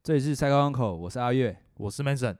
这里是赛高港口，我是阿月， 我是 Mason。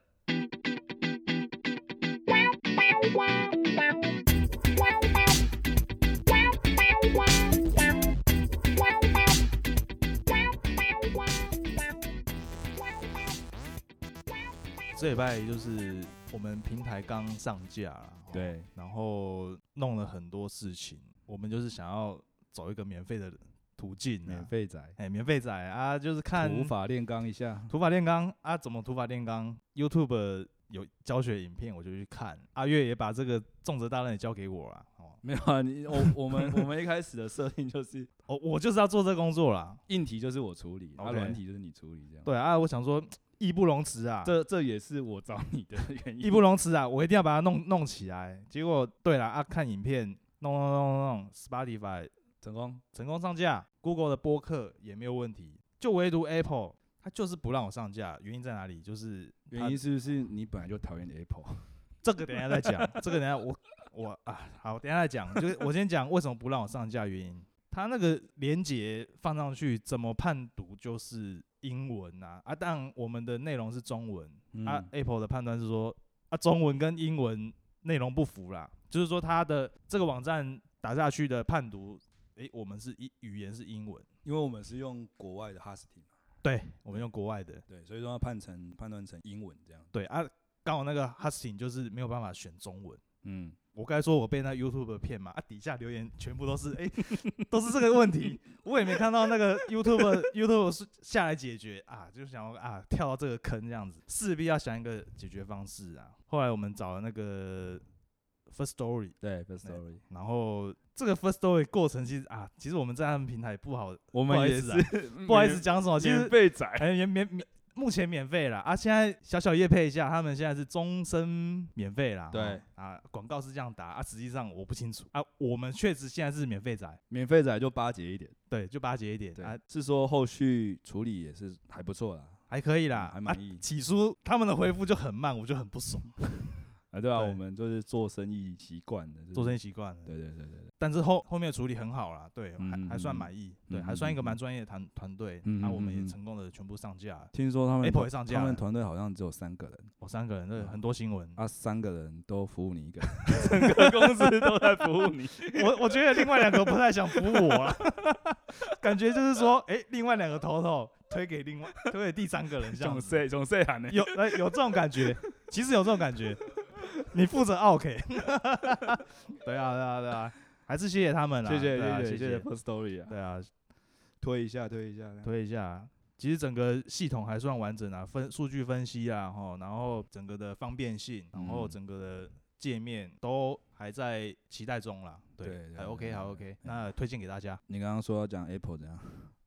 这礼拜就是我们平台刚上架啦， 对， 然后弄了很多事情，我们就是想要走一个免费的途径， 免费仔， 免费仔啊，就是看土法炼钢一下， 土法炼钢啊，怎么土法炼钢 ？YouTube 有教学影片，我就去看。阿月也把这个重责大任也交给我了。 没有啊，我们一开始的设定就是， 我就是要做这工作啦， 硬体就是我处理， OK 软体就是你处理，这样。 对啊，我想说义不容辞啊， 这也是我找你的原因。 义不容辞啊，我一定要把它弄起来。结果对啦，看影片弄 ，Spotify 成功上架 ，Google 的播客也没有问题，就唯独 Apple 它就是不让我上架，原因在哪里？就是原因是不是你本来就讨厌 Apple？ 这个等一下再讲，这个等一下好，等一下再讲。就是我先讲为什么不让我上架原因。它那个连结放上去，怎么判读就是英文啊？当然我们的内容是中文、Apple 的判断是说中文跟英文内容不符啦，就是说它的这个网站打下去的判读，我们是语言是英文， 因为我们是用国外的 hosting 嘛， 对，我们用国外的， 对，所以说要判断成英文这样。 对啊，刚好那个 hosting 就是没有办法选中文。我刚才说我被那 YouTube 骗嘛，底下留言全部都是都是这个问题，我也没看到那个 YouTube 下来解决啊，就想跳到这个坑这样子，势必要想一个解决方式啊。后来我们找了那个 First Story， 对 First Story， 然后这个 First Story 过程其实我们在他们平台不好， 我们也是不好意思讲什么，其实免费仔， 目前免费啦，现在小业配一下，他们现在是终身免费啦。 对广告是这样打实际上我不清楚我们确实现在是免费仔， 免费仔就巴结一点， 对，就巴结一点是说后续处理也是还不错啦， 还可以啦， 还满意。 起初他们的回复就很慢，我就很不爽。 对啊，我们就是做生意习惯的， 做生意习惯了。 对。 但是后面处理很好啦，对，还算满意，对，还算一个蛮专业的团队。我们也成功的全部上架了。 听说他们 Apple 也上架了， 他们团队好像只有3个人。 3个人，这很多新闻。 3个人都服务你一个，整个公司都在服务你。 我觉得另外2个不太想服务我啦，感觉就是说，另外2个头推给第3个人，这样子。 总谁喊呢？ 有这种感觉，其实有这种感觉。你负责 OK， 对啊，还是谢谢他们啦，谢谢 First Story 啊， 对啊， 推一下。 其实整个系统还算完整啊，数据分析啊，然后整个的方便性，然后整个的界面都还在期待中啦，对，还 OK， 那推荐给大家。 你刚刚说要讲 Apple 怎样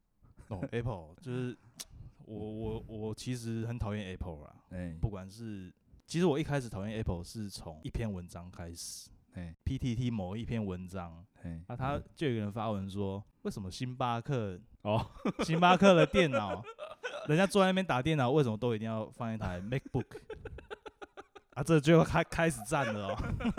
？Apple 就是我其实很讨厌 Apple 啦，不管是。其实我一开始讨厌 Apple 是从一篇文章开始，PTT 某一篇文章，他就有个人发文说，为什么星巴克的电脑，人家坐在那边打电脑，为什么都一定要放一台 MacBook？ 这就开始战了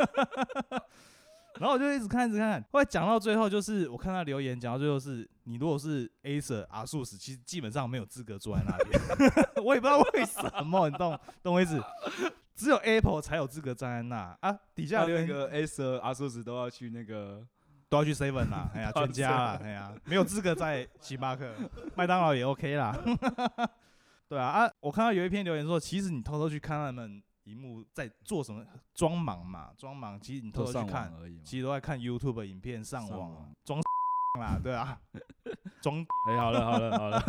然后我就一直看，后来讲到最后，就是我看他留言讲到最后是，你如果是 Acer、ASUS， 其实基本上没有资格坐在那边。我也不知道为什么，你懂我意思？只有 Apple 才有资格站在那底下留言那个 Acer、ASUS 都要去 7 啦，全家啦，没有资格在星巴克，麦当劳也 OK 啦。对我看到有一篇留言说，其实你偷偷去看他们荧幕在做什么，装忙，其实你偷偷去看，其实都在看 YouTube 影片，上网装啦，对啊，装。 好了，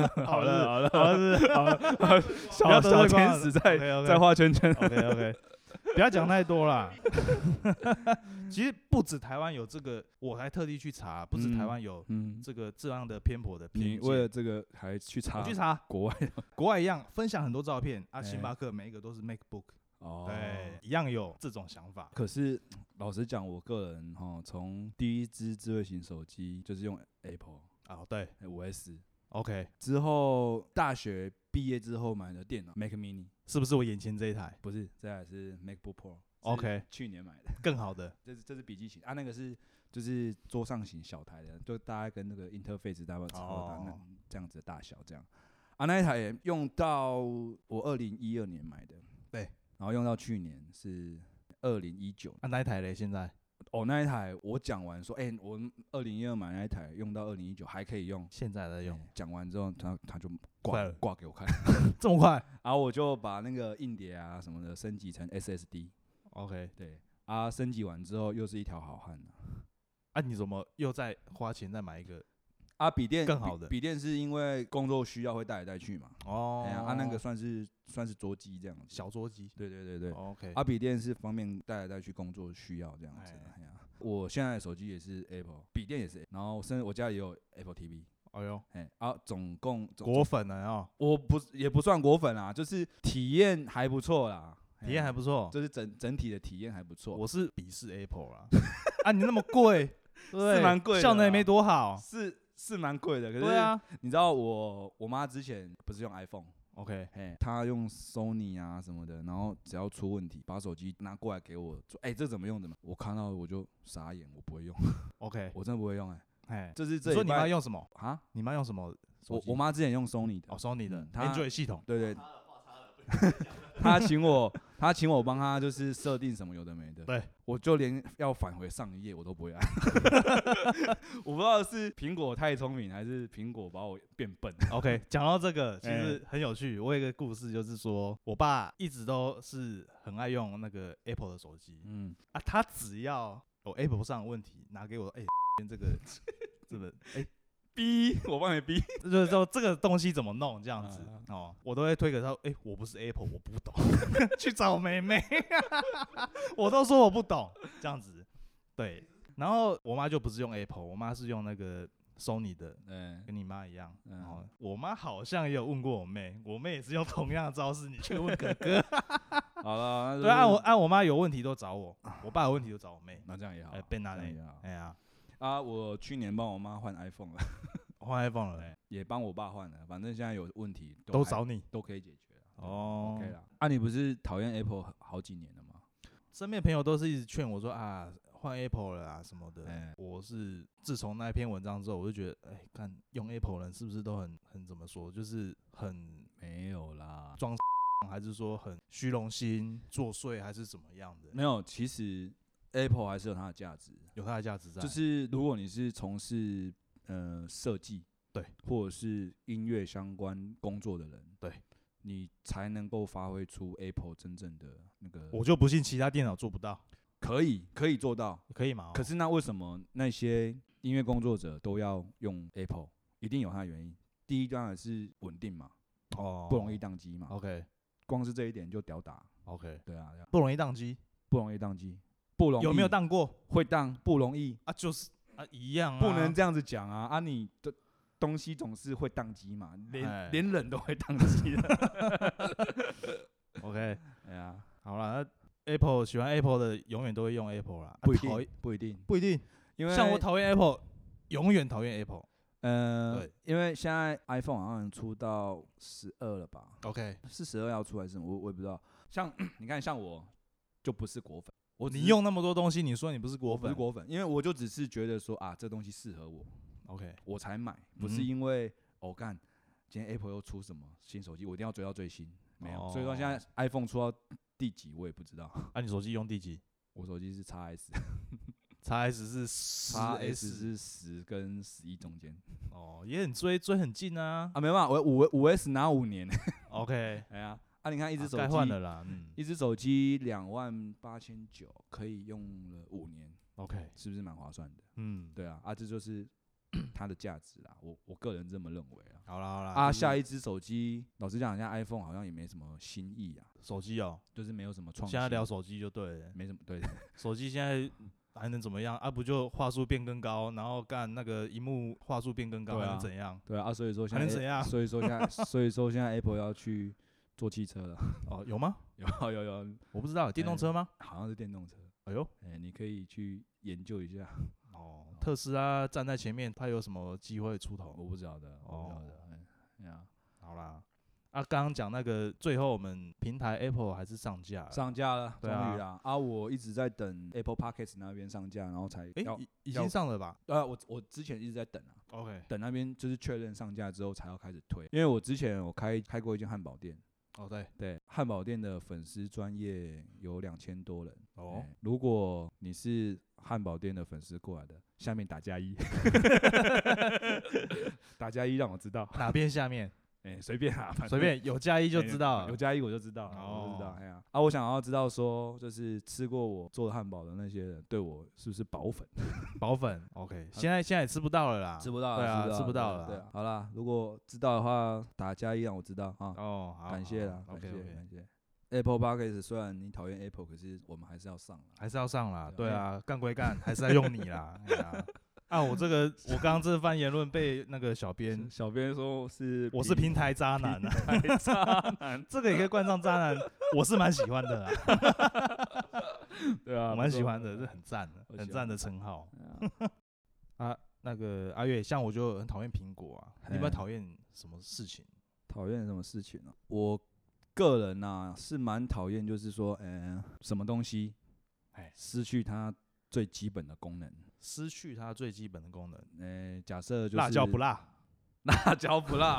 小天使在画圈圈。 OK， 不要讲太多啦。其实不止台湾有这个，我还特地去查，不止台湾有这样的偏颇的偏见。 你为了这个还去查？ 我去查国外一样分享很多照片星巴克每一个都是 MacBook。对，一样有这种想法。 可是老实讲，我个人从第一支智慧型手机就是用 Apple 对 5S OK 之后，大学毕业之后买的电脑 Mac Mini， 是不是我眼前这一台？ 不是，这台是 MacBook Pro OK， 去年买的， 更好的。 这是笔记型那个是就是桌上型小台的，就大概跟那个 Interface 大概差不多这样子的大小这样。 那一台也用到我2012年买的， 对， 然后用到去年是2019。 那一台嘞？现在？ 那一台我讲完说，我2012买那一台用到2019还可以用， 现在在用。 讲完之后，他就挂给我看， 这么快？ 然后我就把那个硬碟啊什么的升级成 SSD。OK， 对啊，升级完之后又是一条好汉你怎么又再花钱再买一个？ 笔电更好的笔电是因为工作需要会带来带去嘛。那个算是桌机这样子， 小桌机。 对。 OK。 笔电是方便带来带去工作需要这样子。我现在的手机也是 Apple， 笔电也是，然后甚至我家也有 Apple TV。总共果粉了我也不算果粉啦，就是体验还不错啦。 体验还不错， 就是整体的体验还不错。 我是鄙视 Apple 啦。你那么贵， 是蛮贵的， 效能也没多好。 是蛮贵的，可是对啊， 你知道我妈之前不是用 iPhone。OK， 她用 Sony 啊什么的，然后只要出问题，把手机拿过来给我说，这怎么用的嘛？我看到我就傻眼，我不会用。OK， 我真的不会用。就是这。 你说你妈用什么啊？ 你妈用什么手机？ 我妈之前用 Sony 的。 Sony 的 Android 系统。 对。他请我帮他就是设定什么有的没的， 对， 我就连要返回上一页我都不会按。我不知道是苹果太聪明，还是苹果把我变笨。 OK， 讲到这个其实很有趣。我有一个故事，就是说我爸一直都是很爱用那个 Apple 的手机。他只要有 Apple 上的问题，拿给我，这个逼我帮你逼， 就是说这个东西怎么弄这样子我都会推给他。我不是 Apple， 我不懂，去找妹妹。我都说我不懂这样子，对。然后我妈就不是用 Apple， 我妈是用那个 Sony 的，跟你妈一样。我妈好像也有问过我妹，我妹也是用同样的招式，你去问哥哥。 好了， 对，按我妈有问题都找我，我爸有问题都找我妹。 那这样也好， 被拿嘞， 我去年帮我妈换 iPhone 了。 换 iPhone 了， 也帮我爸换了，反正现在有问题都找你， 都可以解决。OK 啦。你不是讨厌 Apple 好几年了吗？ 身边朋友都是一直劝我说换 Apple 了什么的。我是自从那篇文章之后，我就觉得看用 Apple 人是不是都很怎么说，就是很没有啦， 装还是说很虚荣心作祟还是怎么样的？ 没有，其实 Apple 还是有它的价值， 有它的价值在。 就是如果你是从事设计， 对， 或者是音乐相关工作的人， 对， 你才能够发挥出 Apple 真正的那个。 我就不信其他电脑做不到。 可以做到， 可以吗？ 可是那为什么那些音乐工作者都要用 Apple？ 一定有它的原因。第一当然是稳定嘛，不容易宕机嘛。 OK， 光是这一点就屌打。 OK， 对啊， 不容易宕机， 不容易宕机，不容易。 有没有宕过？ 会宕，不容易就是一样不能这样子讲你的东西总是会宕机嘛，连人都会宕机的。 OK， 好了，Apple 喜欢 Apple 的永远都会用 Apple 啦， 不一定， 因为像我讨厌 Apple， 永远讨厌 Apple。 对，因为现在 iPhone 好像出到12了吧 ？OK， 是12要出还是什么？我也不知道。像你看，像我就不是果粉。 你用那么多东西，你说你不是果粉？ 不是果粉，因为我就只是觉得说这东西适合我 ，OK， 我才买，不是因为今天 Apple 又出什么新手机，我一定要追到最新，没有。所以说现在 iPhone 出到第几我也不知道。 你手机用第几？ 我手机是 XS 是 10S 是10跟11中间。 也很追很近啊。 没办法，我5S 拿5年。 OK， 你看一只手机该换了啦， 一只手机28900可以用了5年 ，OK， 是不是蛮划算的？对啊，这就是它的价值啦，我个人这么认为啊。 好啦， 下一只手机，老实讲，现在 iPhone 好像也没什么新意啊。 手机就是没有什么创新。 现在聊手机就对了， 没什么对。 手机现在还能怎么样不就画素变更高，然后干那个萤幕画素变更高，还能怎样？ 对啊，所以说现在还能怎样？ 所以说现在 Apple 要去做汽车了。 有吗？ 有， 我不知道，电动车吗？ 好像是电动车。 哎呦， 你可以去研究一下。 特斯拉站在前面，他有什么机会出头？ 我不知道的。 好啦， 啊，刚刚讲那个，最后我们平台 Apple 还是上架了， 终于啦。我一直在等 Apple Podcast 那边上架，然后才已经上了吧？ 我之前一直在等啊 ，OK， 等那边就是确认上架之后才要开始推，因为我之前我开过一间汉堡店。对，汉堡店的粉丝专页有2000多人哦。如果你是汉堡店的粉丝过来的，下面打+1，打+1让我知道哪边下面。 随便啊， 随便有+1就知道了， 有+1我就知道了，我就知道。我想要知道说，就是吃过我做的汉堡的那些人，对我是不是饱粉？ 饱粉 ，OK， 现在也吃不到了啦， 吃不到了， 对啊，吃不到了。 对啊，好啦，如果知道的话，打+1让我知道啊。 哦，好， 感谢啦，感谢。Apple Podcast 虽然你讨厌 Apple， 可是我们还是要上啦，对啊， 干归干，还是在用你啦。我刚刚这番言论被那个小编说我是平台渣男啊，渣男， 这个也可以冠上渣男，我是蛮喜欢的啦。 对啊， 我蛮喜欢的，这很赞的，很赞的称号。那个阿月，像我就很讨厌苹果啊，你有没有讨厌什么事情？ 讨厌什么事情啊？我个人啊是蛮讨厌，就是说，什么东西，失去它最基本的功能。 失去它最基本的功能， 假设就是辣椒不辣， 辣椒不辣，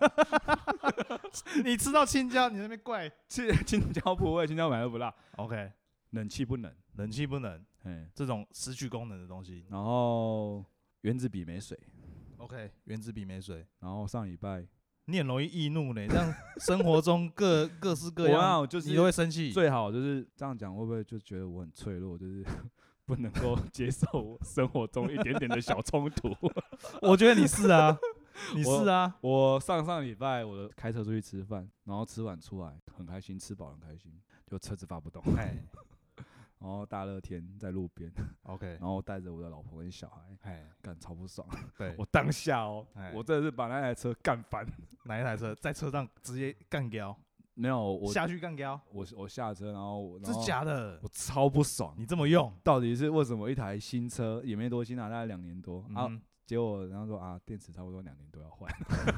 你吃到青椒，你那边怪青椒不会，青椒买的不辣。 OK， 冷气不能， 这种失去功能的东西。 然后原子笔没水 ，OK， 原子笔没水。 然后上礼拜你很容易易怒呢，这样生活中各式各样， 就是你都会生气。 最好就是这样讲，会不会就觉得我很脆弱，就是不能够接受生活中一点点的小冲突？ 我觉得你是啊， 我上礼拜我开车出去吃饭，然后吃完出来很开心，吃饱很开心，就车子发不动，然后大热天在路边 ，OK， 然后带着我的老婆跟小孩，干超不爽。 对， 我当下我真的是把那台车干翻。 哪一台车？在车上直接干掉？ 没有，我下去干掉。 我下车，然后这是假的， 我超不爽。 你这么用， 到底是为什么一台新车也没多新啊，大概2年多啊？结果然后说电池差不多2年多要换。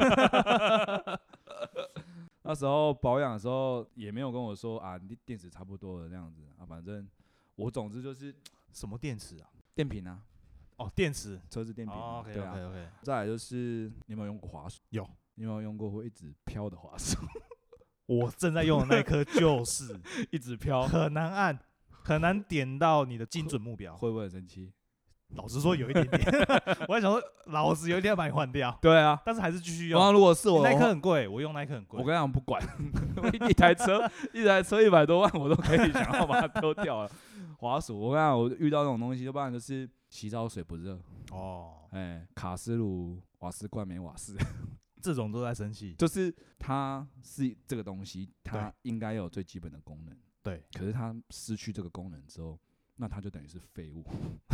那时候保养的时候也没有跟我说你电池差不多了这样子啊，反正我总之就是什么电池啊？ 电瓶啊。 电池， 车子电瓶。 OK。 再来就是你有没有用过滑鼠？ 有。 你有没有用过会一直飘的滑鼠？ 我正在用的那一颗就是一直飘， 很难按，很难点到你的精准目标。 会不会很生气？ 老实说有一点点，我在想说，老子有一天要把你换掉。 对啊， 但是还是继续用。 然后如果是我， 那一颗很贵，我用那一颗很贵。 我跟你讲不管，一台车100多万，我都可以想要把它丢掉了。滑鼠，我跟你讲，我遇到那种东西，要不然就是洗澡水不热卡斯炉瓦斯罐没瓦斯。 这种都在生气， 就是它是这个东西，它应该有最基本的功能， 对。 可是它失去这个功能之后，那它就等于是废物，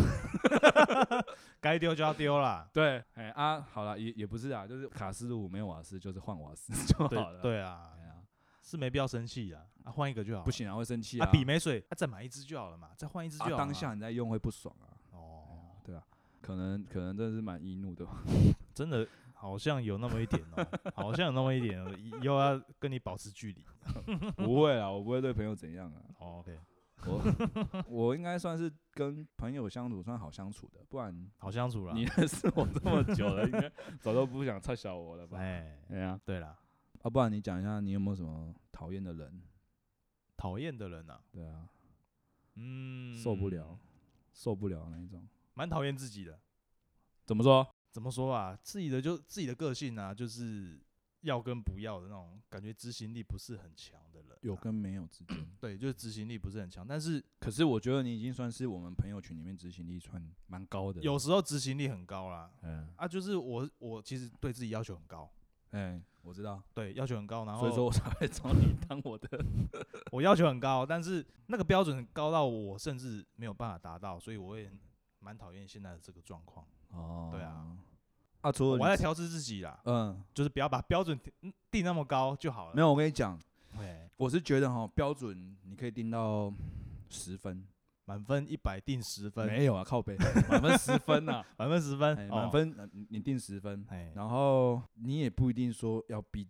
该丢就要丢啦。 对，好了，也不是啊，就是卡斯炉没有瓦斯，就是换瓦斯就好了。 对啊，是没必要生气啊，换一个就好。 不行啊，会生气啊。 笔没水，再买一支就好了嘛，再换一支就好了。 当下你在用会不爽啊。对啊，可能真的是蛮易怒的， 真的。好像有那么一点好像有那么一点又要跟你保持距离。 不会啊，我不会对朋友怎样啊。 OK， 我应该算是跟朋友相处算好相处的，不然好相处啦。 你认识我这么久了，应该早都不想撤小我了吧？ 对啦。 不然你讲一下，你有没有什么讨厌的人？ 讨厌的人啊？ 对啊，受不了那一种。 蛮讨厌自己的。 怎么说啊？自己的个性啊，就是要跟不要的那种感觉，执行力不是很强的人。 有跟没有之间。 对，就是执行力不是很强， 可是我觉得你已经算是我们朋友群里面执行力算蛮高的。 有时候执行力很高啦。就是我其实对自己要求很高。 我知道。 对，要求很高，然后所以说我才会找你当我的。 我要求很高，但是那个标准高到我甚至没有办法达到，所以我也蛮讨厌现在的这个状况。对啊。 除了我在调适自己啦。就是不要把标准定那么高就好了。 没有，我跟你讲，我是觉得标准你可以定到10分， 满分100定10分。 没有啊，靠北，满分10分啊， 满分10分， 满分你定10分，然后你也不一定说要逼自己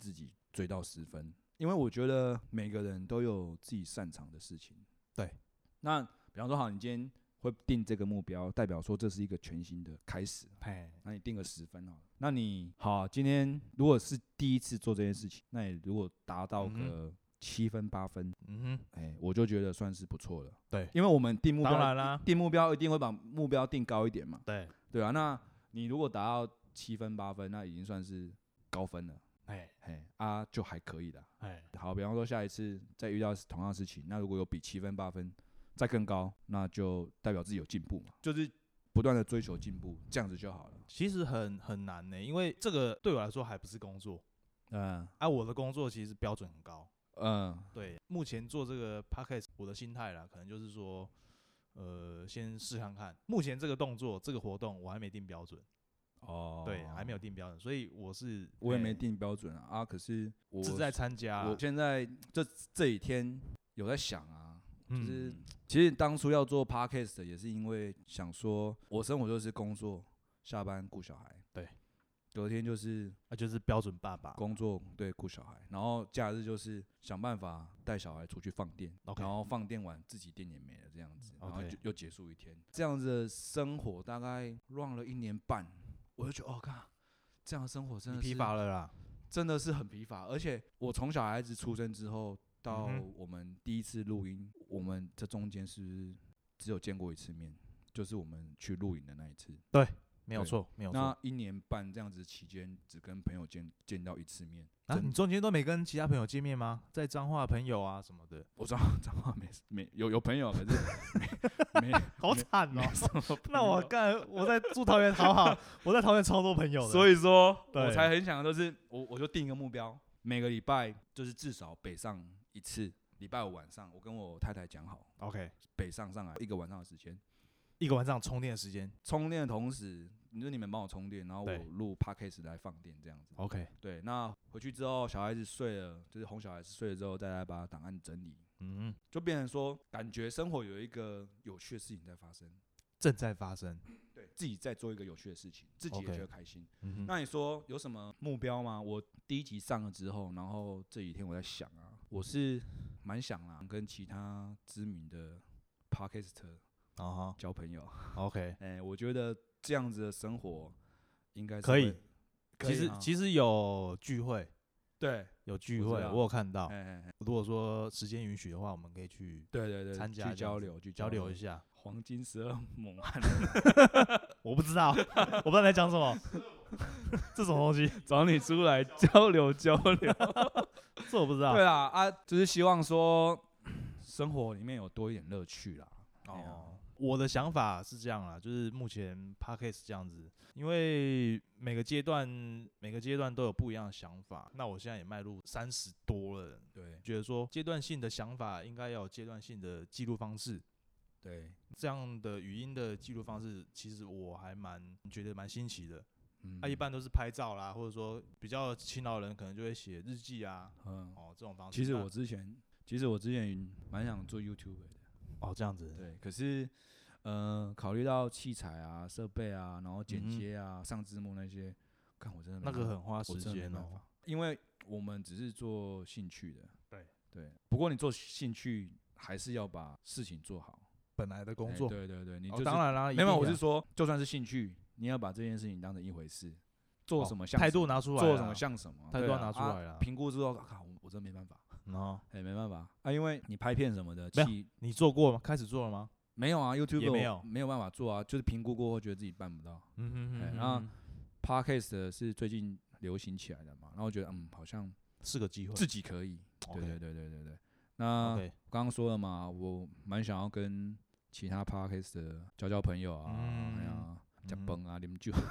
追到10分，因为我觉得每个人都有自己擅长的事情。 对， 那比方说好，你今天会定这个目标，代表说这是一个全新的开始。那你定个10分好了。那你好，今天如果是第一次做这件事情，那你如果达到个7分8分，我就觉得算是不错了。 对， 因为我们定目标， 当然啦， 定目标一定会把目标定高一点嘛。 对啊，那你如果达到7分8分，那已经算是高分了。就还可以啦。好，比方说下一次再遇到同样的事情，那如果有比7分8分再更高，那就代表自己有进步嘛，就是不断的追求进步，这样子就好了。 其实很难呢，因为这个对我来说还不是工作。我的工作其实标准很高。对，目前做这个 podcast， 我的心态啦，可能就是说，先试看看。目前这个动作、这个活动，我还没定标准。对，还没有定标准，所以我也没定标准啊。可是我只在参加。 我现在这几天有在想啊，就是其实当初要做 podcast 也是因为想说，我生活就是工作、下班顾小孩， 对， 隔天就是标准爸爸工作，对，顾小孩，然后假日就是想办法带小孩出去放电，然后放电完自己电也没了这样子，然后就又结束一天，这样子的生活大概 run 了1年半。我就觉得看这样的生活真的是疲乏了啦， 真的是很疲乏。而且我从小孩子出生之后到我们第一次录音，我们这中间是不是只有见过1次面，就是我们去露营的那一次。 对，没有错，没有错。 那1年半这样子期间，只跟朋友见到1次面。 你中间都没跟其他朋友见面吗？在彰化朋友啊什么的？ 我彰化没有朋友，可是没好惨哦。那我在住桃园好好，我在桃园超多朋友的。 所以说我才很想的就是我就定一个目标，每个礼拜就是至少北上1次，礼拜5晚上我跟我太太讲好 ，OK， 北上来1个晚上的时间 ，1个晚上充电的时间， 充电的同时。你们帮我充电，然后我录 podcast 来放电这样子。 OK， 对，那回去之后小孩子睡了，就是哄小孩子睡了之后，再来把档案整理。就变成说，感觉生活有一个有趣的事情在发生， 正在发生。 对，自己在做一个有趣的事情，自己也觉得开心。那你说有什么目标吗？我第1集上了之后，然后这几天我在想啊，我是蛮想啦，跟其他知名的 podcaster 交朋友。 OK， 我觉得这样子的生活应该是可以。其实有聚会， 对， 有聚会，我有看到。如果说时间允许的话，我们可以去参加， 去交流一下。黄金12猛汉， 我不知道你在讲什么，这什么东西？ 找你出来交流，这我不知道。 对啦，就是希望说生活里面有多一点乐趣啦。 我的想法是这样啦，就是目前 Podcast 这样子，因为每个阶段都有不一样的想法。那我现在也迈入30多了，对，觉得说阶段性的想法应该要有阶段性的记录方式。 对， 这样的语音的记录方式，其实我还觉得蛮新奇的。一般都是拍照啦，或者说比较勤劳的人可能就会写日记啊，这种方式。 其实我之前蛮想做 YouTuber 的。 这样子。 对，可是考虑到器材啊、设备啊，然后剪接啊、上字幕那些，看我真的那个很花时间哦。 因为我们只是做兴趣的。 对。 不过你做兴趣还是要把事情做好。 本来的工作。 对，你就是当然啦， 没有，我是说，就算是兴趣，你要把这件事情当成一回事，做什么像态度拿出来， 做什么像什么， 态度拿出来了。 评估之后，我真没办法。没办法啊，因为你拍片什么的， 你做过吗？开始做了吗？ 没有啊 ，YouTube 也没有办法做啊，就是评估过后觉得自己办不到。然后 Podcast 是最近流行起来的嘛，然后我觉得好像是个机会， 自己可以。对。那刚刚说了嘛，我蛮想要跟其他 podcast 交朋友啊，吃饭啊，啉酒。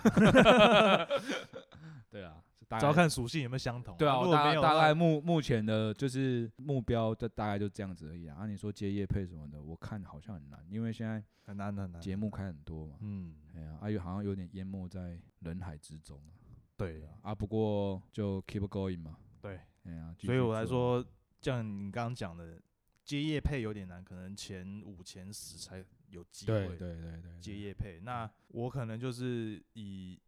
对啊， 主要看属性有没有相同。 对啊，大概目前的就是目标，大概就这样子而已啊。你说接业配什么的，我看好像很难，因为现在很难， 节目开很多嘛。好像有点淹没在人海之中。 对啊，不过就 keep going 嘛。 对，所以我来说，像你刚刚讲的。接业配有点难，可能前5、前10才有机会。 对。 接业配，那我可能就是以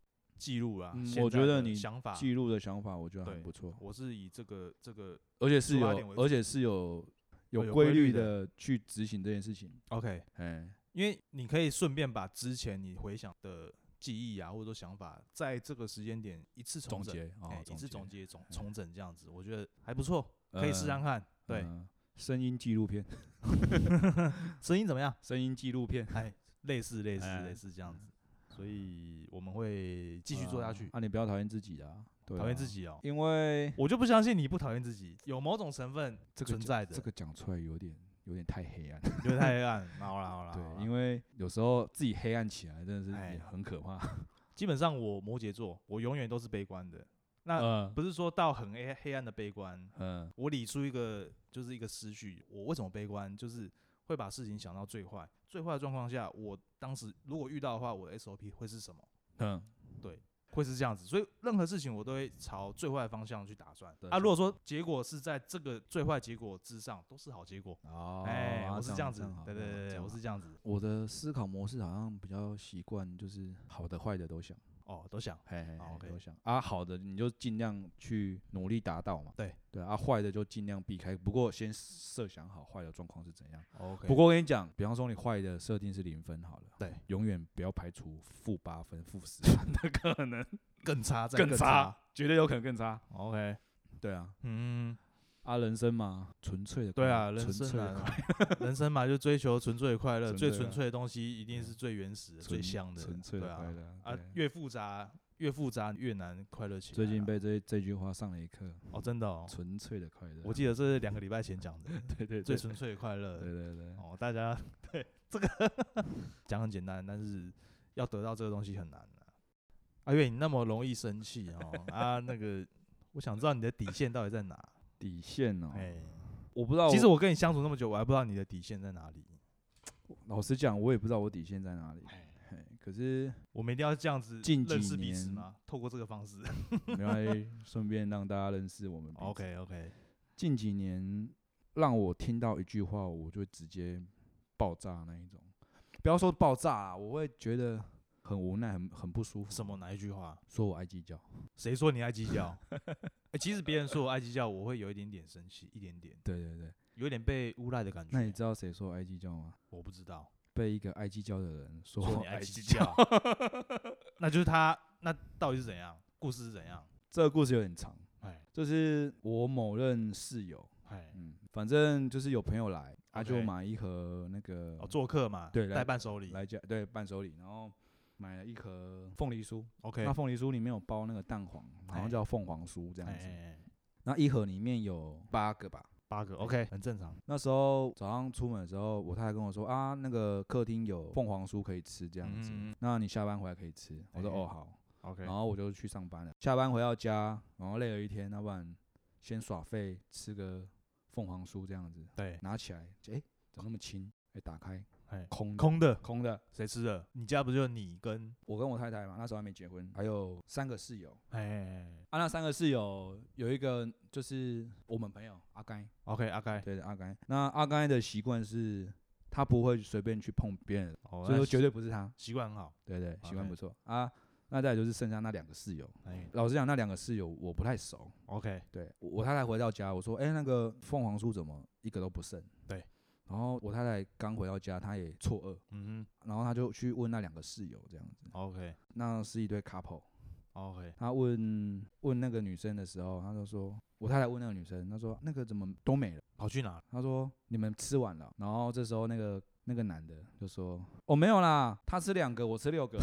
记录啦。 我觉得你想法记录的想法，我觉得很不错。 我是以这个， 而且是有规律的去执行这件事情。 OK， 因为你可以顺便把之前你回想的记忆啊，或者说想法，在这个时间点一次总结，一次总结重整这样子，我觉得还不错，可以试试看。对， 声音纪录片， 声音怎么样？ 声音纪录片， 类似这样子，所以我们会继续做下去。 你不要讨厌自己啊， 讨厌自己哦， 因为我就不相信你不讨厌自己，有某种成分存在的。 这个讲出来有点太黑暗， 有点太黑暗。好啦。 对，因为有时候自己黑暗起来，真的是也很可怕。 基本上我摩羯座，我永远都是悲观的。那不是说到很黑暗的悲观，我理出一个思绪，我为什么悲观，就是会把事情想到最坏的状况下，我当时如果遇到的话，我的 SOP 会是什么？对，会是这样子，所以任何事情我都会朝最坏的方向去打算。如果说结果是在这个最坏结果之上，都是好结果。我是这样子，对，我是这样子。 我的思考模式好像比较习惯，就是好的坏的都想。 都想， 都想好的你就尽量去努力达到嘛。对，坏的就尽量避开。不过先设想好坏的状况是怎样。不过我跟你讲，比方说你坏的设定是0分好了，对，永远不要排除-8分、-10分的可能， 更差， 绝对有可能更差。 OK， 对啊，人生嘛，纯粹的， 对啊，人生嘛，就追求纯粹的快乐，最纯粹的东西一定是最原始的、最香的， 纯粹的快乐。 越复杂越难快乐起来。 最近被这句话上了一课。 真的哦， 纯粹的快乐。 我记得这是2个礼拜前讲的。 对， 最纯粹的快乐。 对。 大家对这个讲很简单，但是要得到这个东西很难因为你那么容易生气那个，我想知道你的底线到底在哪？ 底线我不知道。 其实我跟你相处那么久，我还不知道你的底线在哪里。 老实讲，我也不知道我底线在哪里。可是我们一定要这样子认识彼此吗？透过这个方式， 没关系，顺便让大家认识我们彼此。 OK。 近几年让我听到一句话，我就直接爆炸那一种。不要说爆炸我会觉得很无奈，很不舒服。 什么？哪一句话？ 说我爱计较。 谁说你爱计较？其实别人说我爱计较，我会有一点点生气，一点点。 对， 有点被诬赖的感觉。 那你知道谁说我爱计较吗？ 我不知道。 被一个爱计较的人说你爱计较，那就是他。那到底是怎样？故事是怎样？ 这个故事有点长。就是我某任室友，反正就是有朋友来，就买一盒那个做客嘛，对，带伴手礼来家，对，伴手礼，然后买了一盒凤梨酥。 OK， 那凤梨酥里面有包那个蛋黄，好像叫凤凰酥这样子。那一盒里面有8个吧。 8个 OK， 很正常。 那时候早上出门的时候，我太太跟我说那个客厅有凤凰酥可以吃这样子，那你下班回来可以吃。我说好 OK， 然后我就去上班了。下班回到家，然后累了一天，要不然先耍废吃个凤凰酥这样子。对，拿起来，怎么那么轻？打开，空的， 谁吃的？你家不就你跟我跟我太太嘛？那时候还没结婚，还有3个室友。那3个室友有一个就是我们朋友阿该。 OK， 阿该， 对的，阿该。那阿该的习惯是，他不会随便去碰别人，所以说绝对不是他。 习惯很好。 对，习惯不错那再来就是剩下那2个室友。老实讲，那2个室友我不太熟。 OK， 对，我太太回到家，我说，那个凤凰酥怎么一个都不剩？对。然后我太太刚回到家，她也错愕，然后她就去问那2个室友这样子。OK， 那是一对 couple。OK， 她问那个女生的时候，她就说，我太太问那个女生，她说那个怎么都没了， 跑去哪？ 她说你们吃完了。然后这时候那个男的就说，没有啦，他吃2个，我吃6个。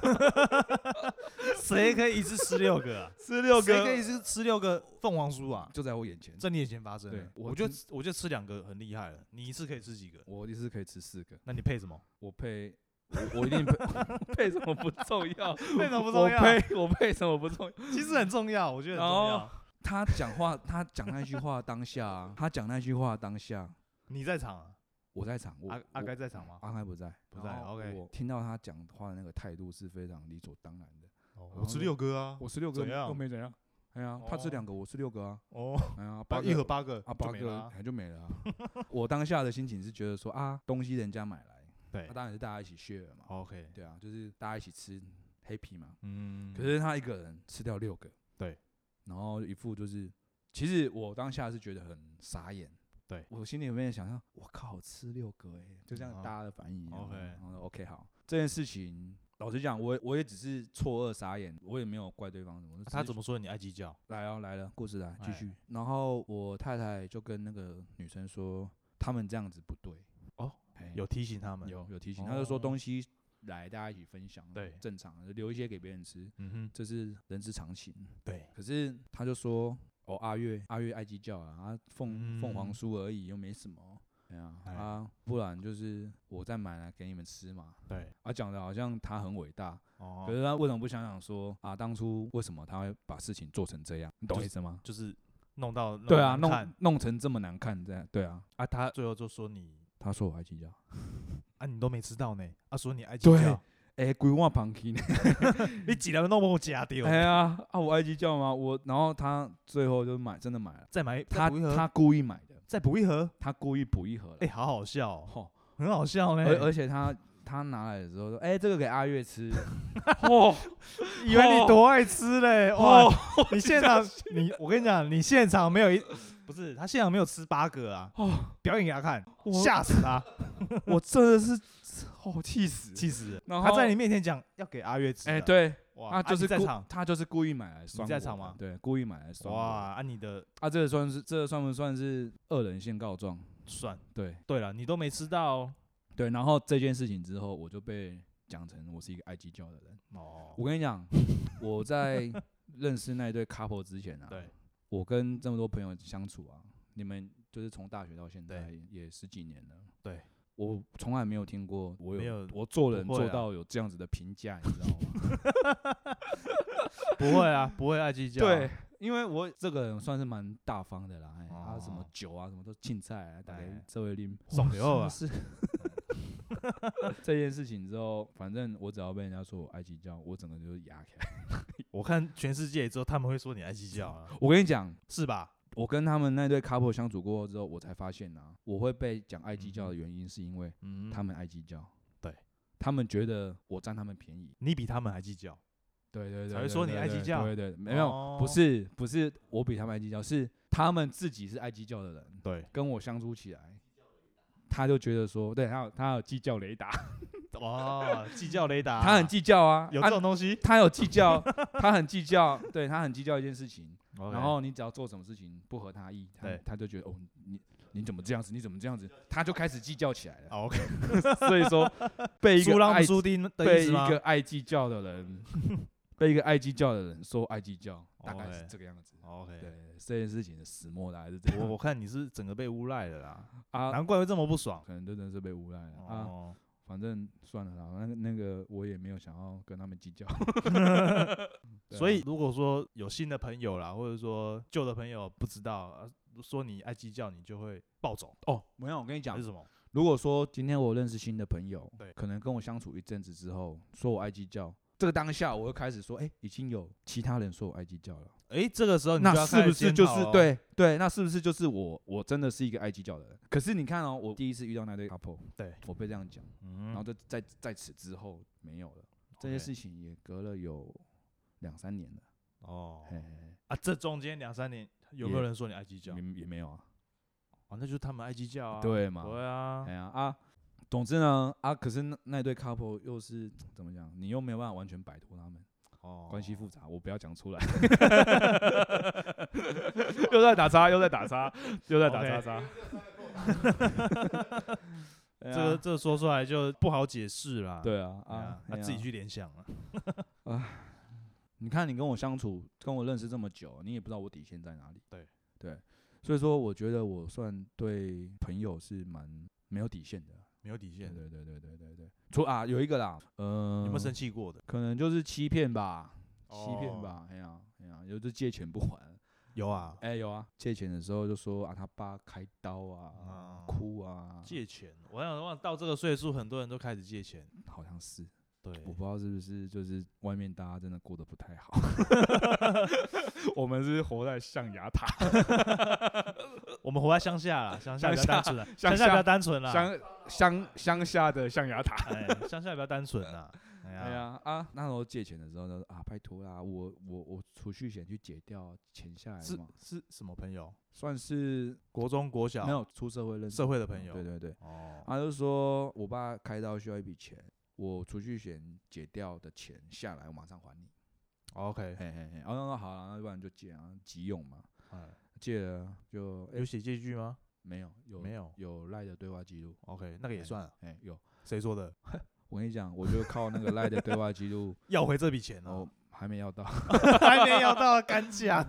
谁可以一次吃6个啊？ 吃6个？ 谁可以吃6个凤凰酥啊？ 就在我眼前， 在你眼前发生。 对， 我觉得吃2个很厉害了。你一次可以吃几个？ 我一次可以吃4个。 那你配什么？ 我一定配什么不重要， 配什么不重要？ 我配什么不重要？ 其实很重要，我觉得很重要。 他讲那句话当下，你在场啊？我在场。 阿该在场吗？ 阿该不在。 OK， 我听到他讲话的那个态度是非常理所当然的。 我吃6个啊， 我吃6个又没怎样。他吃2个，我吃6个啊。 一盒8个 ，8个就没了。我当下的心情是觉得说东西人家买来，对，当然是大家一起 share 嘛。OK， 对啊，就是大家一起吃， 黑皮嘛，可是他一个人吃掉6个， 对， 然后一副就是，其实我当下是觉得很傻眼， 对我心里有没有想象，我靠，吃6个就这样大家的反应 ，OK， 然后 OK 好，这件事情。老实讲，我也只是错愕傻眼，我也没有怪对方什么。 他怎么说你爱计较？ 来了，故事来继续。然后我太太就跟那个女生说，他们这样子不对。 有提醒他们， 有提醒，他就说东西来大家一起分享， 对， 正常的，留一些给别人吃，这是人之常情。 对， 可是他就说，阿月爱计较啊，凤凰酥而已，又没什么。不然就是我再买来给你们吃嘛。 对， 讲的好像他很伟大，可是他为什么不想想说当初为什么他会把事情做成这样？你懂我意思吗？ 就是弄到对啊，弄成这么难看，这样对啊。 他最后就说他说我爱计较， 你都没吃到呢，说你爱计较。 规碗旁去呢， 你几两都没有夹掉。 我爱计较吗？然后他最后就真的买了， 再买他故意买的。 再补一盒， 他故意补一盒， 好好笑哦，很好笑呢。 而且他拿来的时候说，这个给阿月吃， 以为你多爱吃嘞，你现场我跟你讲，你现场没有不是他现场没有吃8个啊，表演给他看，吓死他， 我真的是气死，然后他在你面前讲要给阿月吃， 对。 哇， 他就是故意买来酸。 你在场吗？ 对，故意买来酸。 哇，你的这个算不算是恶人先告状？ 算。 对了，你都没吃到哦。 对，然后这件事情之后，我就被讲成我是一个爱计较的人。我跟你讲，我在认识那一对 couple 之前对， 我跟这么多朋友相处你们就是从大学到现在也10几年了。 对。 我从来没有听过我做人做到有这样子的评价，你知道吗？ 不会啊，不会爱计较。 对，因为我这个人算是蛮大方的啦，什么酒什么都青菜大概这位拎送给我是。这件事情之后，反正我只要被人家说我爱计较，我整个就是压起来。 我看全世界之后，他们会说你爱计较啊。 我跟你讲， 是吧？ 我跟他们那对 couple 相处过后之后，我才发现我会被讲爱计较的原因是因为他们爱计较， 对， 他们觉得我占他们便宜， 你比他们还计较， 对， 才会说你爱计较， 对，没有，不是我比他们爱计较，是他们自己是爱计较的人， 对， 跟我相处起来，他就觉得说，对他有计较雷达， 计较雷达， 他很计较有这种东西， 他有计较，他很计较，对他很计较一件事情。然后你只要做什么事情不合他意，他就觉得你怎么这样子，你怎么这样子，他就开始计较起来了。 OK， 所以说被一个爱计较的人，被一个爱计较的人说爱计较，大概是这个样子。 OK， 对，这件事情的始末大概是这样。 我看你是整个被诬赖了啦，难怪会这么不爽， 可能真的是被诬赖了反正算了啦，那个我也没有想要跟他们计较。 所以如果说有新的朋友啦，或者说旧的朋友不知道，说你爱计较，你就会暴走。 没有，我跟你讲是什么？ 如果说今天我认识新的朋友， 对， 可能跟我相处一阵子之后，说我爱计较，这个当下我会开始说，已经有其他人说我爱计较了。 这个时候你就要那是不是就是对？那是不是就是我真的是一个爱计较的人？可是你看我第一次遇到那对 couple， 对， 我被这样讲，然后就在此之后没有了。这些事情也隔了有2-3年了。 这中间2-3年有没有人说你爱计较？ 也没有那就是他们爱计较啊。 对嘛？ 对啊。 总之呢可是那对 couple 又是怎么讲？你又没有办法完全摆脱他们。关系复杂，我不要讲出来。又在打叉。 这个说出来就不好解释啦。 对自己去联想了。 你看你跟我相处，跟我认识这么久，你也不知道我底线在哪里。 对， 所以说我觉得我算对朋友是蛮没有底线的。 没有底线。 对。有一个啦， 有没有生气过的？ 可能就是欺骗吧。有就借钱不还。 有啊。 有啊，借钱的时候就说他爸开刀哭借钱，我想到这个岁数，很多人都开始借钱。 好像是。 对， 我不知道是不是就是外面大家真的过得不太好。我们是活在象牙塔。 我们活在乡下啦，乡下比较单纯啦，乡下比较单纯啦， 乡下的象牙塔。 乡下比较单纯啦。 哎呀啊，那时候借钱的时候呢啊，拜托啦，我储蓄险去解掉，钱下来嘛。 是什么朋友？ 算是国中国小没有出社会认识社会的朋友。 对对对。 哦。 他就说我爸开刀需要一笔钱，我储蓄险解掉的钱下来，我马上还你。 OK。 嘿嘿嘿。然后说好了，那不然就借啊，急用嘛。借了就有写借据吗？ 没有，有赖的对话记录。 OK， 那个也算了。 有。 谁说的？ 我跟你讲，我就靠那个赖的对话记录要回这笔钱哦。 还没要到， 还没要到，敢讲？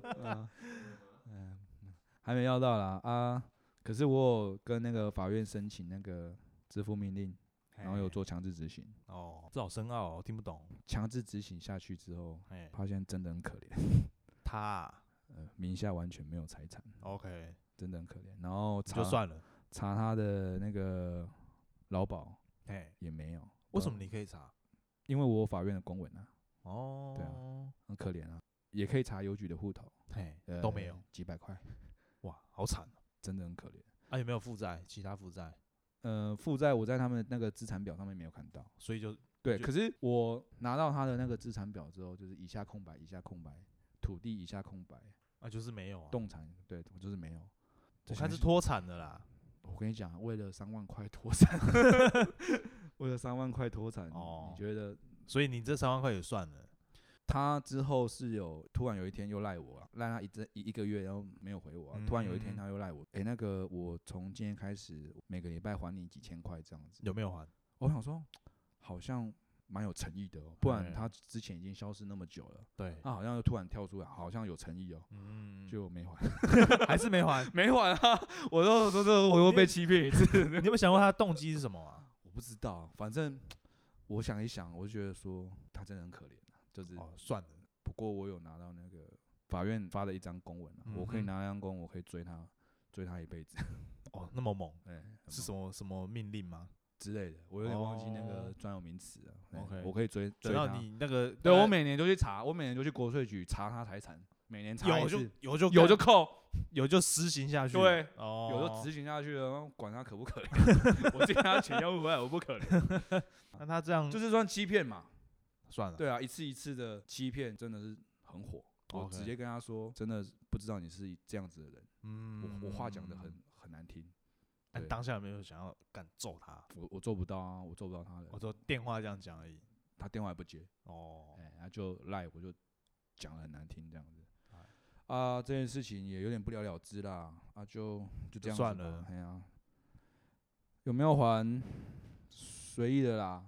还没要到啦啊！可是我有跟那个法院申请那个支付命令，然后有做强制执行。 哦，这好深奥，我听不懂。 强制执行下去之后，发现真的很可怜。 他名下完全没有财产。 OK， 真的很可怜。然后就算了， 查他的那个劳保，也没有。 为什么你可以查？ 因为我有法院的公文啊。 哦。 对啊，很可怜啊。也可以查邮局的户头， 都没有， 几百块。 哇，好惨啊！ 真的很可怜。 有没有负债？其他负债？ 负债我在他们那个资产表上面没有看到， 所以就对。可是我拿到他的那个资产表之后，就是以下空白，以下空白，土地以下空白， 就是没有啊。 动产，对我就是没有。 我看是脱产的啦。 我跟你讲，为了3万块脱产，为了3万块脱产，你觉得？ 所以你这3万块也算了。 他之后是突然有一天又赖我啊，赖他一个月，然后没有回我啊。突然有一天他又赖我，那个我从今天开始每个礼拜还你几千块这样子。 有没有还？ 我想说，好像蛮有诚意的哦，不然他之前已经消失那么久了。 对， 他好像又突然跳出来，好像有诚意哦。就没还， 还是没还， 没还啊！我又被欺骗一次。 你有没有想过他的动机是什么啊？ 我不知道，反正我想一想，我就觉得说他真的很可怜。就是算了， 不过我有拿到那个法院发的一张公文我可以拿那张公文，我可以追他一辈子。 那么猛，是什么命令吗？ 之类的，我有点忘记那个专有名词了。 OK， 我可以追他。等到你那个， 对，我每年都去查，我每年就去国税局查他财产，每年查一次， 有就扣， 有就施行下去。 对，有就执行下去了，管他可不可怜。我借他钱要不回来，我不可怜。 那他这样就是算欺骗嘛。 算了， 对啊，一次一次的欺骗真的是很火。我直接跟他说，真的不知道你是这样子的人。我话讲的很难听。 当下有没有想要敢揍他？ 我做不到啊，我做不到他的。 我说电话这样讲而已， 他电话也不接。他就赖，我就讲得很难听这样子。这件事情也有点不了了之啦。就这样子算了。 有没有还？随意的啦。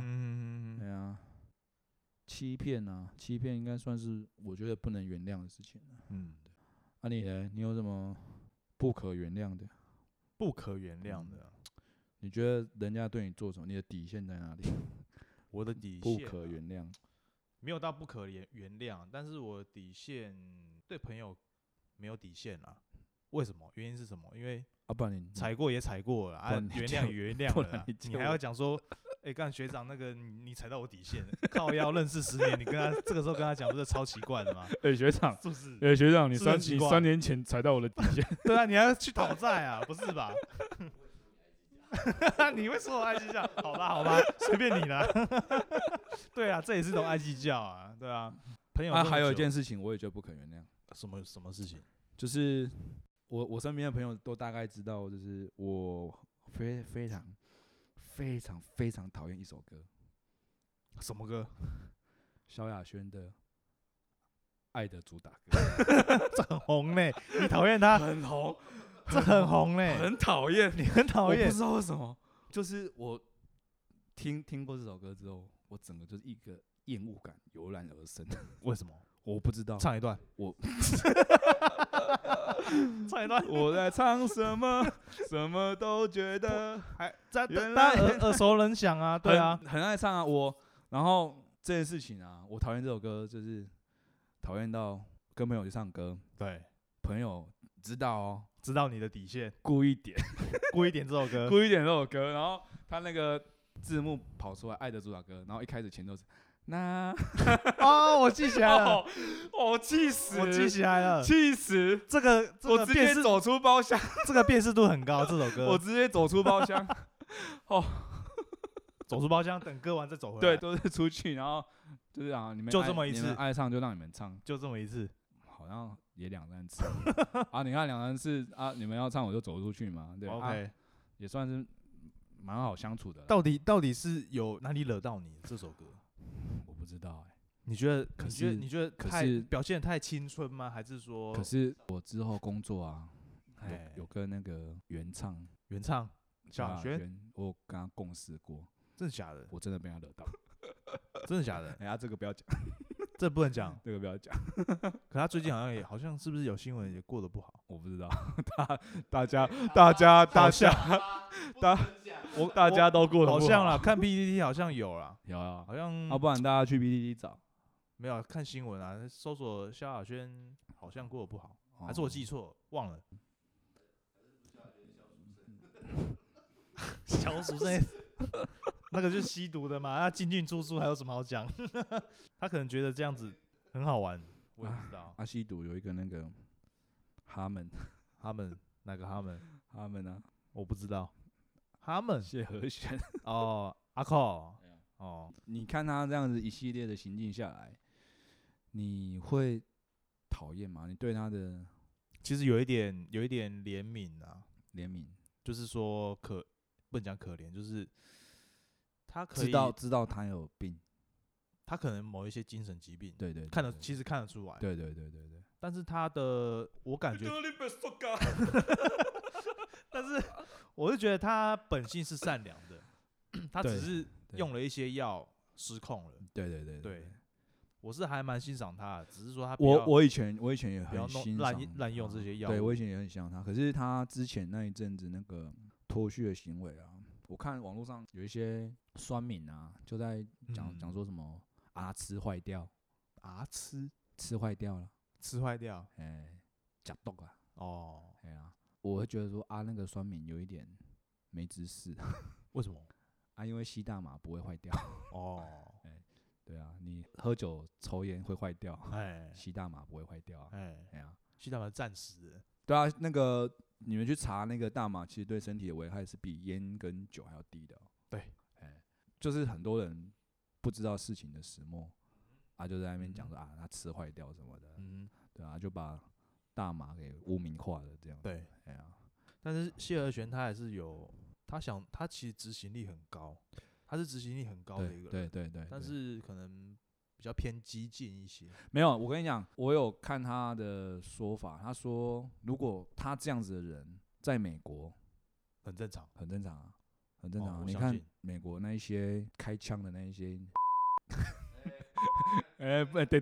欺骗应该算是我觉得不能原谅的事情了。你呢？你有什么不可原谅的？ 不可原谅的， 你觉得人家对你做什么？你的底线在哪里？ 我的底线不可原谅， 没有到不可原谅，但是我的底线对朋友没有底线啦。为什么？原因是什么？因为不然你踩过也踩过了原谅也原谅了，你还要讲说，干学长那个你踩到我底线，靠腰认识10年，你跟他这个时候跟他讲，不是超奇怪的吗？ 学长， 是不是？ 学长，你3年前踩到我的底线， 对啊，你还要去讨债啊？不是吧？你会说我爱计较？好吧，随便你啦。对啊，这也是一种爱计较啊，对啊。朋友还有一件事情，我也觉得不可原谅。 什么事情？ 就是我身边的朋友都大概知道，就是我非常非常非常讨厌一首歌。 什么歌？ 萧亚轩的《爱的主打歌》。 这很红嘞，你讨厌他？ 很红， 这很红嘞， 很讨厌， 你很讨厌。 我不知道为什么，就是我听过这首歌之后，我整个就是一个厌恶感油然而生。 为什么？ 我不知道。 唱一段。唱一段。 我在唱什么？什么都觉得大家耳熟能详啊，对啊， 很爱唱啊。然后这件事情啊，我讨厌这首歌，就是讨厌到跟朋友去唱歌， 对， 朋友知道知道你的底线， 故意点这首歌， 然后他那个字幕跑出来，《爱的主打歌》，然后一开始前奏是。 我记起来了， 气死！ 我记起来了， 气死！ 这个我直接走出包厢， 这个辨识度很高，这首歌我直接走出包厢， 走出包厢，等歌完再走回来。 对，都是出去，然后就是你们就这么一次， 你们爱唱就让你们唱， 就这么一次， 好像也2-3次啊。你看2-3次啊，你们要唱我就走出去嘛，对 ，OK， 也算是蛮好相处的。 到底是有哪里惹到你这首歌？ 我不知道你觉得？ 你觉得太表现得太青春吗？还是说？ 可是我之后工作啊，有跟那个原唱小轩， 我跟他共事过。 真的假的？ 我真的被他惹到。 真的假的？ 哎呀，这个不要讲， 这不能讲， 这个不要讲。 可他最近好像是不是有新闻也过得不好？ 我不知道，大家都过得不好。 好像啦，看 PTT 好像有啦， 有啊， 好像。 不然大家去 PTT 找。 没有看新闻啊，搜索萧亚轩好像过得不好，还是我记错忘了？小鼠生那个就是吸毒的嘛，他进进出出还有什么好讲？他可能觉得这样子很好玩，我也不知道。 吸毒有一个那个哈门哪个哈门啊？ 我不知道。哈门谢和弦哦，阿扣哦， 你看他这样子一系列的行径下来，你会讨厌吗？你对他的其实有一点怜悯啊， 怜悯就是说不能讲可怜，就是他可以知道他有病， 他可能某一些精神疾病， 对， 其实看得出来， 对， 但是我感觉，但是我就觉得他本性是善良的，他只是用了一些药失控了，对，我是还蛮欣赏他的，只是说他我以前也很欣赏滥用这些药物， 对我以前也很欣赏他，可是他之前那一阵子那个脱序的行为啊，我看网络上有一些酸民啊，就在讲说什么吃坏掉吃坏掉了，假毒啊，我会觉得说那个酸民有一点没知识， 为什么？ 因为吸大麻不会坏掉哦， 对啊，你喝酒抽烟会坏掉，吸大麻不会坏掉吸大麻暂时的， 对啊，那个你们去查那个大麻，其实对身体的危害是比烟跟酒还要低的对， 就是很多人不知道事情的始末，就在那边讲说他吃坏掉什么的，对啊，就把大麻给污名化了这样。 对，但是谢和弦他还是有，他其实执行力很高，他是执行力很高的一个人， 对， 但是可能比较偏激进一些。 没有，我跟你讲，我有看他的说法，他说如果他这样子的人在美国， 很正常， 很正常啊。你看美国那一些开枪的那一些。对，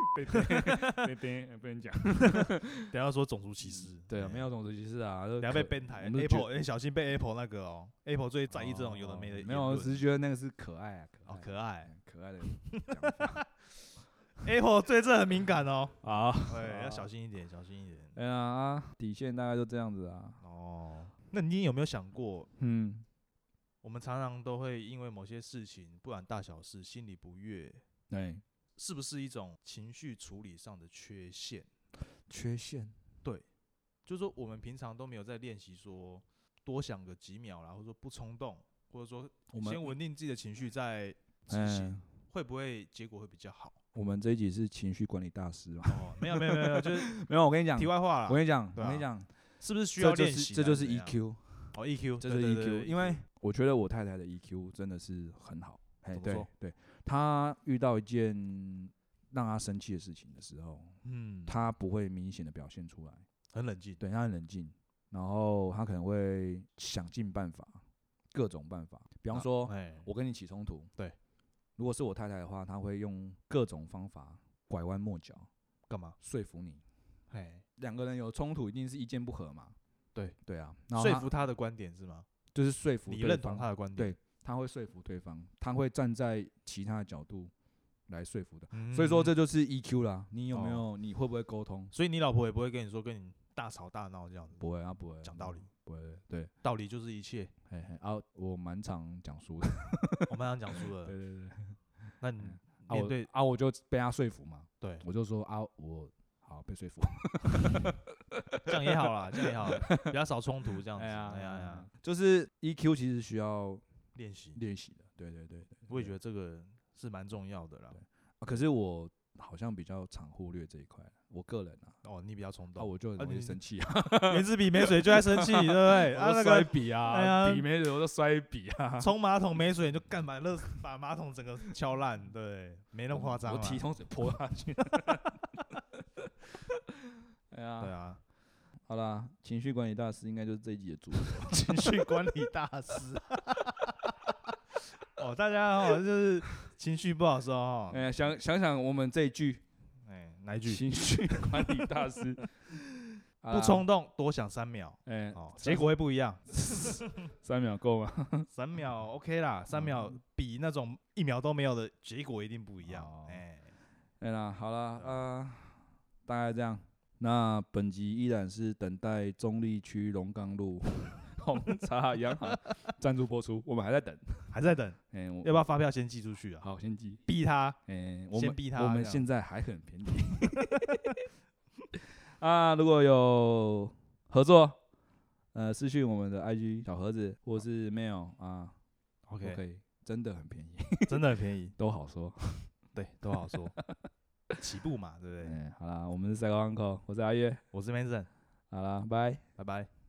不能讲。 等下说种族歧视， 对啊，没有种族歧视啊。 等下被编台 ，Apple 小心被 Apple 那个哦 ，Apple 最在意这种有的没的。 没有，我只是觉得那个是可爱啊， 可爱的讲法。 Apple 对这很敏感哦， 对， 要小心一点。 对啊，底线大概就这样子啊。 那你有没有想过，我们常常都会因为某些事情，不管大小事，心里不悦， 对。 是不是一种情绪处理上的缺陷？对，就是说我们平常都没有在练习说多想个几秒啦，或者说不冲动，或者说先稳定自己的情绪再执行，会不会结果会比较好？ 我们这一集是情绪管理大师嘛？ 没有，就是没有。我跟你讲， 题外话啦。 我跟你讲， 是不是需要练习？ 这就是 EQ。 EQ， 这是 EQ。因为我觉得我太太的 EQ 真的是很好。对，他遇到一件让他生气的事情的时候，他不会明显的表现出来， 很冷静， 对，他很冷静，然后他可能会想尽办法，各种办法，比方说，我跟你起冲突， 对， 如果是我太太的话，他会用各种方法拐弯抹角， 干嘛？ 说服你，两个人有冲突一定是意见不合嘛，对啊， 说服他的观点是吗？ 就是说服你认同他的观点， 对。他会说服对方，他会站在其他的角度来说服的，所以说这就是 EQ 啦。你有没有？你会不会沟通？ 所以你老婆也不会跟你说跟你大吵大闹这样子？ 不会啊，不会讲道理， 不会，对， 道理就是一切。 我蛮常讲书的， 我蛮常讲书的。 对。 那你面对我就被他说服嘛。 对， 我就说我好被说服， 这样也好啦，比较少冲突这样子。 就是 EQ 其实需要练习的， 对对对， 我也觉得这个是蛮重要的啦。 可是我好像比较常忽略这一块，我个人啊。 哦，你比较冲动， 我就很容易生气啊。 圆珠笔没水就在生气，对不对？ 我都摔笔啊，笔没水我都摔笔啊。 冲马桶没水你就干嘛？把马桶整个敲烂，对，没那么夸张。 我提桶水泼下去。对啊。好啦，情绪管理大师应该就是这一集的主题。 情绪管理大师。哦，大家就是情绪不好受哦。 想想我们这一句， 哪一句？ 情绪管理大师， 不冲动，多想3秒，结果会不一样。 3秒够吗 ？3秒 OK 啦，3秒比那种1秒都没有的结果一定不一样。 对啦，好啦，大概这样。那本集依然是等待中立区龙岗路红茶洋行赞助播出，我们还在等。 要不要发票先寄出去啊？ 好，先寄。 逼他。 先逼他。 我们现在还很便宜。如果有合作，私讯我们的 IG 小盒子或是 mail OK， 真的很便宜， 真的很便宜， 都好说。 对，都好说。起步嘛，对不对？ 好啦，我们是赛高 uncle， 我是阿月， 我是 Mason， 好啦，拜拜。